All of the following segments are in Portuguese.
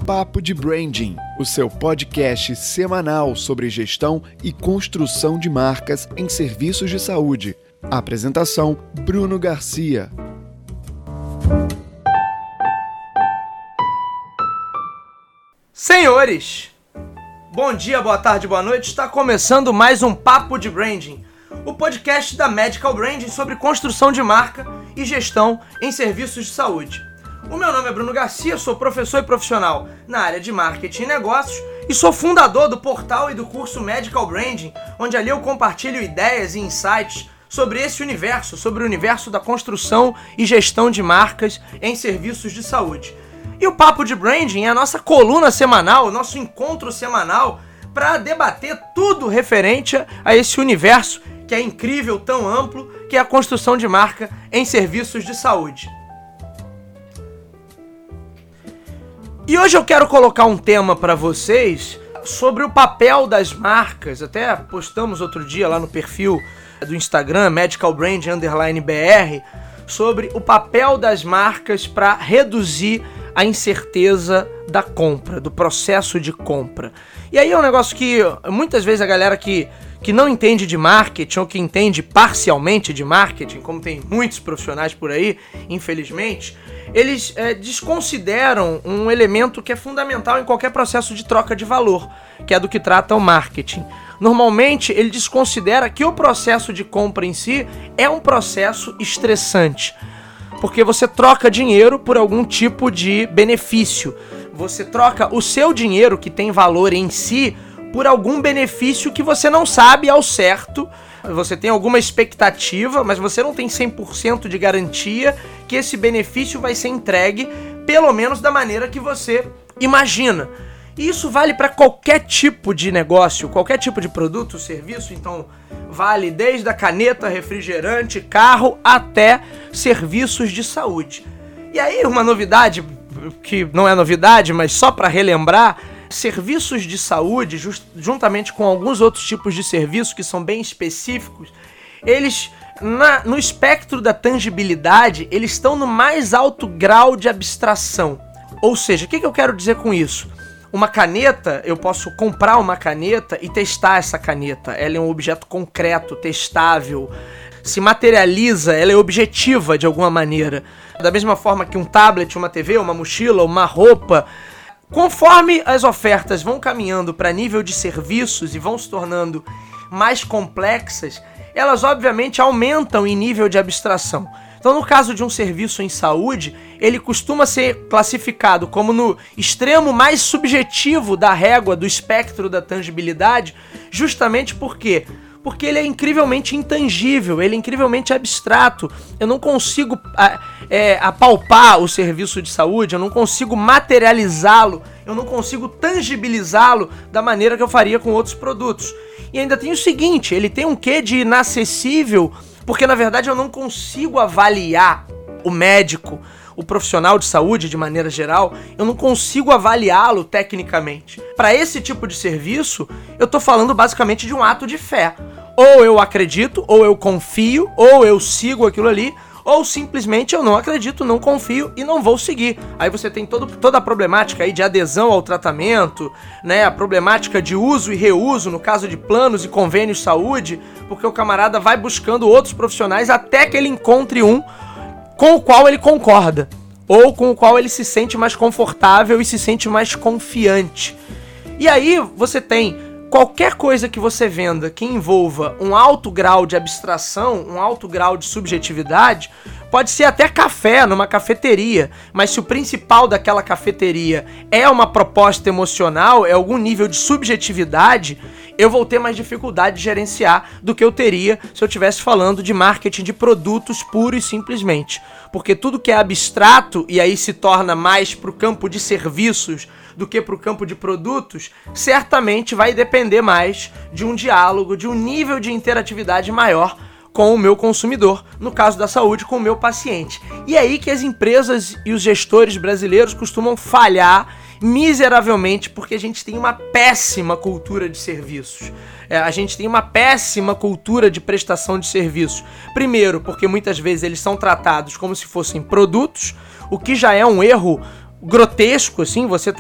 Papo de Branding, o seu podcast semanal sobre gestão e construção de marcas em serviços de saúde. Apresentação: Bruno Garcia. Senhores, bom dia, boa tarde, boa noite. Está começando mais um Papo de Branding, o podcast da Medical Branding sobre construção de marca e gestão em serviços de saúde. O meu nome é Bruno Garcia, sou professor e profissional na área de marketing e negócios e sou fundador do portal e do curso Medical Branding, onde ali eu compartilho ideias e insights sobre esse universo, sobre o universo da construção e gestão de marcas em serviços de saúde. E o Papo de Branding é a nossa coluna semanal, o nosso encontro semanal para debater tudo referente a esse universo que é incrível, tão amplo, que é a construção de marca em serviços de saúde. E hoje eu quero colocar um tema para vocês sobre o papel das marcas. Até postamos outro dia lá no perfil do Instagram, medicalbrand_br, sobre o papel das marcas para reduzir a incerteza da compra, do processo de compra. E aí é um negócio que muitas vezes a galera que não entende de marketing ou que entende parcialmente de marketing, como tem muitos profissionais por aí, infelizmente, eles desconsideram um elemento que é fundamental em qualquer processo de troca de valor, que é do que trata o marketing. Normalmente, ele desconsidera que o processo de compra em si é um processo estressante, porque você troca dinheiro por algum tipo de benefício. Você troca o seu dinheiro, que tem valor em si, por algum benefício que você não sabe ao certo. Você tem alguma expectativa, mas você não tem 100% de garantia que esse benefício vai ser entregue, pelo menos da maneira que você imagina. E isso vale para qualquer tipo de negócio, qualquer tipo de produto, serviço. Então vale desde a caneta, refrigerante, carro, até serviços de saúde. E aí uma novidade, que não é novidade, mas só para relembrar, serviços de saúde, juntamente com alguns outros tipos de serviços que são bem específicos, eles, no espectro da tangibilidade, eles estão no mais alto grau de abstração. Ou seja, o que eu quero dizer com isso? Uma caneta, eu posso comprar uma caneta e testar essa caneta. Ela é um objeto concreto, testável, se materializa, ela é objetiva de alguma maneira. Da mesma forma que um tablet, uma TV, uma mochila, uma roupa. Conforme as ofertas vão caminhando para nível de serviços e vão se tornando mais complexas, elas obviamente aumentam em nível de abstração. Então, no caso de um serviço em saúde, ele costuma ser classificado como no extremo mais subjetivo da régua do espectro da tangibilidade, justamente porque ele é incrivelmente intangível, ele é incrivelmente abstrato. Eu não consigo apalpar o serviço de saúde, eu não consigo materializá-lo, eu não consigo tangibilizá-lo da maneira que eu faria com outros produtos. E ainda tem o seguinte, ele tem um quê de inacessível, porque na verdade eu não consigo avaliar o médico, o profissional de saúde de maneira geral, eu não consigo avaliá-lo tecnicamente. Para esse tipo de serviço, eu estou falando basicamente de um ato de fé. Ou eu acredito, ou eu confio, ou eu sigo aquilo ali, ou simplesmente eu não acredito, não confio e não vou seguir. Aí você tem toda a problemática aí de adesão ao tratamento, né? A problemática de uso e reuso no caso de planos e convênios de saúde, porque o camarada vai buscando outros profissionais até que ele encontre um com o qual ele concorda, ou com o qual ele se sente mais confortável e se sente mais confiante. E aí você tem qualquer coisa que você venda que envolva um alto grau de abstração, um alto grau de subjetividade, pode ser até café numa cafeteria, mas se o principal daquela cafeteria é uma proposta emocional, é algum nível de subjetividade, eu vou ter mais dificuldade de gerenciar do que eu teria se eu estivesse falando de marketing de produtos puro e simplesmente. Porque tudo que é abstrato e aí se torna mais para o campo de serviços do que para o campo de produtos, certamente vai depender mais de um diálogo, de um nível de interatividade maior com o meu consumidor, no caso da saúde, com o meu paciente. E é aí que as empresas e os gestores brasileiros costumam falhar miseravelmente, porque a gente tem uma péssima cultura de serviços. A gente tem uma péssima cultura de prestação de serviços. Primeiro, porque muitas vezes eles são tratados como se fossem produtos, o que já é um erro grotesco, assim, você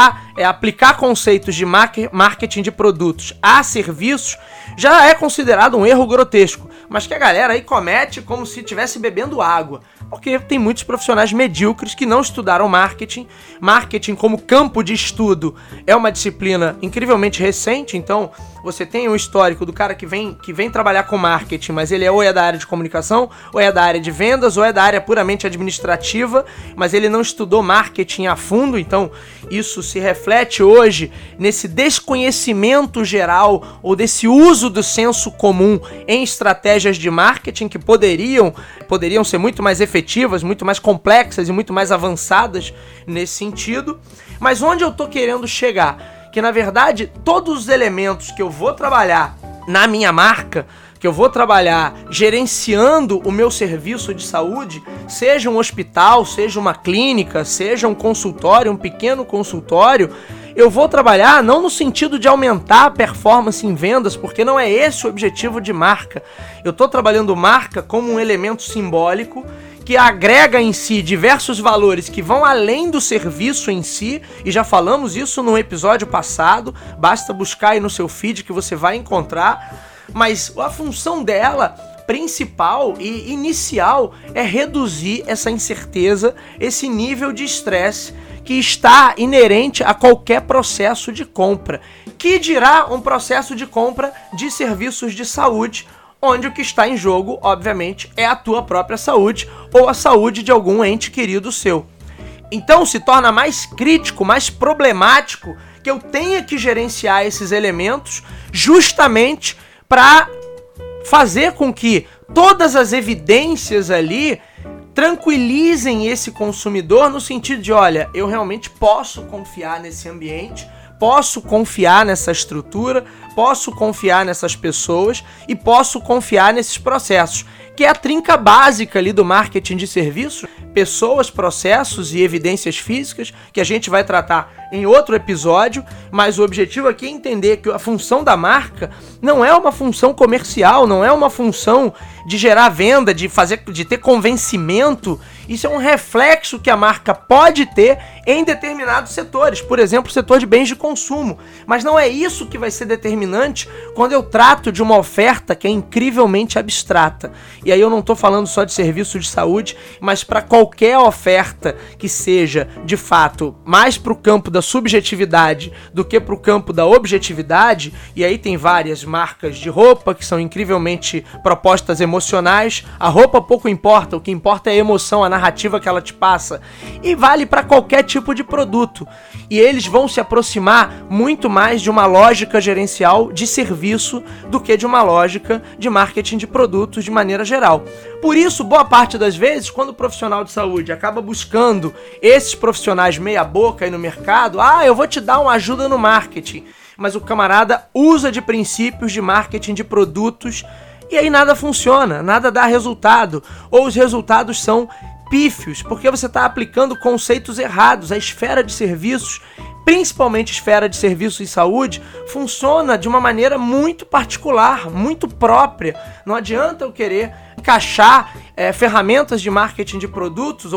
aplicar conceitos de marketing de produtos a serviços, já é considerado um erro grotesco, mas que a galera aí comete como se estivesse bebendo água, porque tem muitos profissionais medíocres que não estudaram marketing. Marketing como campo de estudo é uma disciplina incrivelmente recente, então você tem um histórico do cara que vem trabalhar com marketing, mas ele ou é da área de comunicação, ou é da área de vendas, ou é da área puramente administrativa, mas ele não estudou marketing a fundo, então isso se reflete hoje nesse desconhecimento geral ou desse uso do senso comum em estratégias de marketing que poderiam ser muito mais efetivas, muito mais complexas e muito mais avançadas nesse sentido. Mas onde eu tô querendo chegar? Que na verdade todos os elementos que eu vou trabalhar na minha marca, que eu vou trabalhar gerenciando o meu serviço de saúde, seja um hospital, seja uma clínica, seja um consultório, um pequeno consultório, eu vou trabalhar não no sentido de aumentar a performance em vendas, porque não é esse o objetivo de marca. Eu estou trabalhando marca como um elemento simbólico que agrega em si diversos valores que vão além do serviço em si, e já falamos isso no episódio passado, basta buscar aí no seu feed que você vai encontrar, mas a função dela principal e inicial é reduzir essa incerteza, esse nível de estresse que está inerente a qualquer processo de compra, que dirá um processo de compra de serviços de saúde, onde o que está em jogo, obviamente, é a tua própria saúde ou a saúde de algum ente querido seu. Então se torna mais crítico, mais problemático que eu tenha que gerenciar esses elementos justamente para fazer com que todas as evidências ali tranquilizem esse consumidor no sentido de, olha, eu realmente posso confiar nesse ambiente, posso confiar nessa estrutura, posso confiar nessas pessoas e posso confiar nesses processos, que é a trinca básica ali do marketing de serviço, pessoas, processos e evidências físicas, que a gente vai tratar em outro episódio, mas o objetivo aqui é entender que a função da marca não é uma função comercial, não é uma função de gerar venda, de ter convencimento. Isso é um reflexo que a marca pode ter em determinados setores, por exemplo, o setor de bens de consumo, mas não é isso que vai ser determinante quando eu trato de uma oferta que é incrivelmente abstrata. E aí eu não estou falando só de serviço de saúde, mas para qualquer oferta que seja, de fato, mais para o campo da subjetividade do que para o campo da objetividade, e aí tem várias marcas de roupa que são incrivelmente propostas emocionais. A roupa pouco importa, o que importa é a emoção, a narrativa que ela te passa, e vale para qualquer tipo de produto. E eles vão se aproximar muito mais de uma lógica gerencial de serviço do que de uma lógica de marketing de produtos de maneira geral. Por isso, boa parte das vezes, quando o profissional de saúde acaba buscando esses profissionais meia boca aí no mercado, eu vou te dar uma ajuda no marketing, mas o camarada usa de princípios de marketing de produtos e aí nada funciona, nada dá resultado, ou os resultados são pífios, porque você está aplicando conceitos errados. A esfera de serviços, principalmente a esfera de serviços em saúde, funciona de uma maneira muito particular, muito própria. Não adianta eu querer encaixar ferramentas de marketing de produtos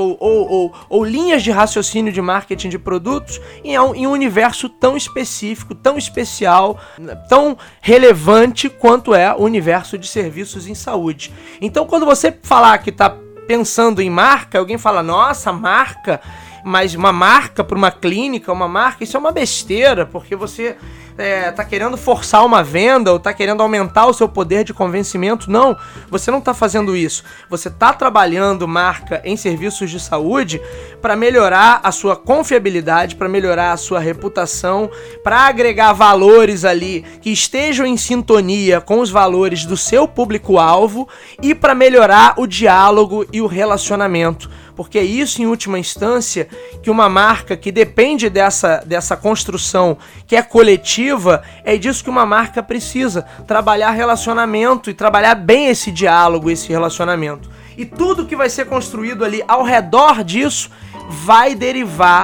ou linhas de raciocínio de marketing de produtos em um universo tão específico, tão especial, tão relevante quanto é o universo de serviços em saúde. Então, quando você falar que está pensando em marca, alguém fala, nossa, marca, mas uma marca para uma clínica, uma marca, isso é uma besteira, porque você tá querendo forçar uma venda ou tá querendo aumentar o seu poder de convencimento. Não, você não tá fazendo isso. Você tá trabalhando marca em serviços de saúde para melhorar a sua confiabilidade, para melhorar a sua reputação, para agregar valores ali que estejam em sintonia com os valores do seu público-alvo e para melhorar o diálogo e o relacionamento. Porque é isso, em última instância, que uma marca que depende dessa construção que é coletiva, é disso que uma marca precisa, trabalhar relacionamento e trabalhar bem esse diálogo, esse relacionamento. E tudo que vai ser construído ali ao redor disso vai derivar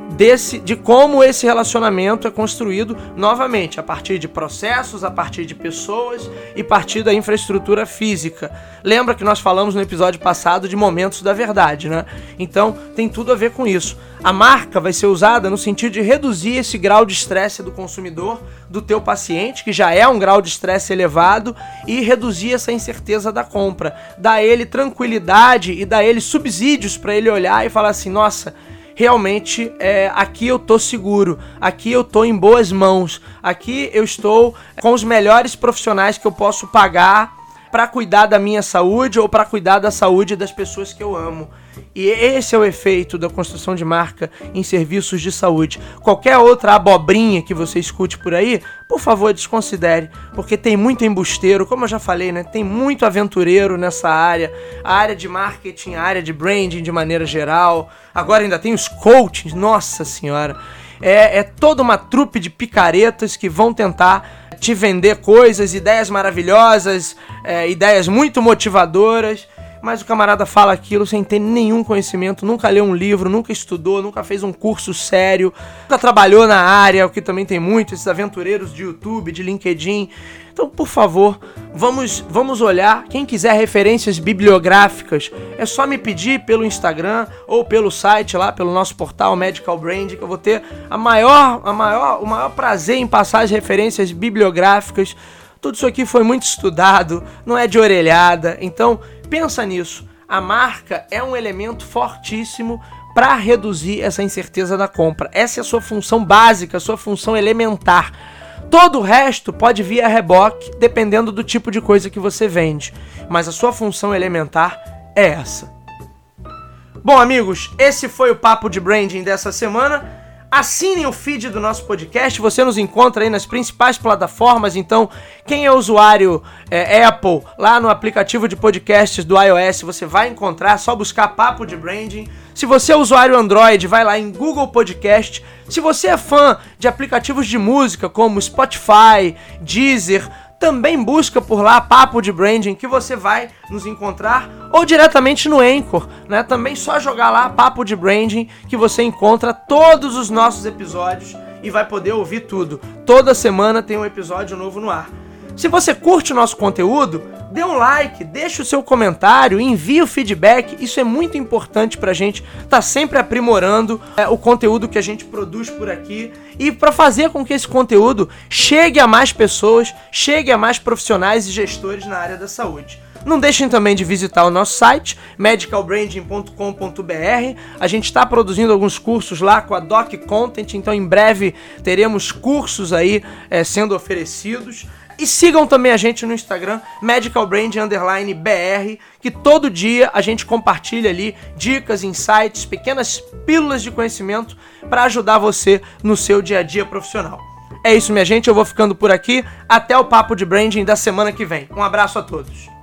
de como esse relacionamento é construído novamente, a partir de processos, a partir de pessoas e a partir da infraestrutura física. Lembra que nós falamos no episódio passado de momentos da verdade, né? Então tem tudo a ver com isso. A marca vai ser usada no sentido de reduzir esse grau de estresse do consumidor, do teu paciente, que já é um grau de estresse elevado, e reduzir essa incerteza da compra. Dar a ele tranquilidade e dar a ele subsídios para ele olhar e falar assim, nossa, realmente aqui eu tô seguro, aqui eu tô em boas mãos, aqui eu estou com os melhores profissionais que eu posso pagar para cuidar da minha saúde ou para cuidar da saúde das pessoas que eu amo. E esse é o efeito da construção de marca em serviços de saúde. Qualquer outra abobrinha que você escute por aí, por favor, desconsidere, porque tem muito embusteiro, como eu já falei, né? Tem muito aventureiro nessa área, a área de marketing, a área de branding de maneira geral. Agora ainda tem os coachings, nossa senhora. É toda uma trupe de picaretas que vão tentar te vender coisas, ideias maravilhosas, ideias muito motivadoras, mas o camarada fala aquilo sem ter nenhum conhecimento, nunca leu um livro, nunca estudou, nunca fez um curso sério, nunca trabalhou na área, o que também tem muito, esses aventureiros de YouTube, de LinkedIn. Então, por favor, vamos olhar. Quem quiser referências bibliográficas, é só me pedir pelo Instagram ou pelo site lá, pelo nosso portal Medical Brand, que eu vou ter o maior prazer em passar as referências bibliográficas. Tudo isso aqui foi muito estudado, não é de orelhada, então pensa nisso. A marca é um elemento fortíssimo para reduzir essa incerteza da compra. Essa é a sua função básica, a sua função elementar. Todo o resto pode vir a reboque, dependendo do tipo de coisa que você vende. Mas a sua função elementar é essa. Bom, amigos, esse foi o Papo de Branding dessa semana. Assinem o feed do nosso podcast, você nos encontra aí nas principais plataformas, então quem é usuário Apple, lá no aplicativo de podcasts do iOS, você vai encontrar, só buscar Papo de Branding. Se você é usuário Android, vai lá em Google Podcast. Se você é fã de aplicativos de música como Spotify, Deezer, também busca por lá Papo de Branding, que você vai nos encontrar, ou diretamente no Anchor, né? Também só jogar lá Papo de Branding, que você encontra todos os nossos episódios e vai poder ouvir tudo. Toda semana tem um episódio novo no ar. Se você curte o nosso conteúdo, dê um like, deixe o seu comentário, envie o feedback. Isso é muito importante pra gente estar sempre aprimorando o conteúdo que a gente produz por aqui e para fazer com que esse conteúdo chegue a mais pessoas, chegue a mais profissionais e gestores na área da saúde. Não deixem também de visitar o nosso site, medicalbranding.com.br. A gente está produzindo alguns cursos lá com a Doc Content, então em breve teremos cursos aí sendo oferecidos. E sigam também a gente no Instagram, medicalbrand_br, que todo dia a gente compartilha ali dicas, insights, pequenas pílulas de conhecimento para ajudar você no seu dia a dia profissional. É isso, minha gente, eu vou ficando por aqui. Até o Papo de Branding da semana que vem. Um abraço a todos.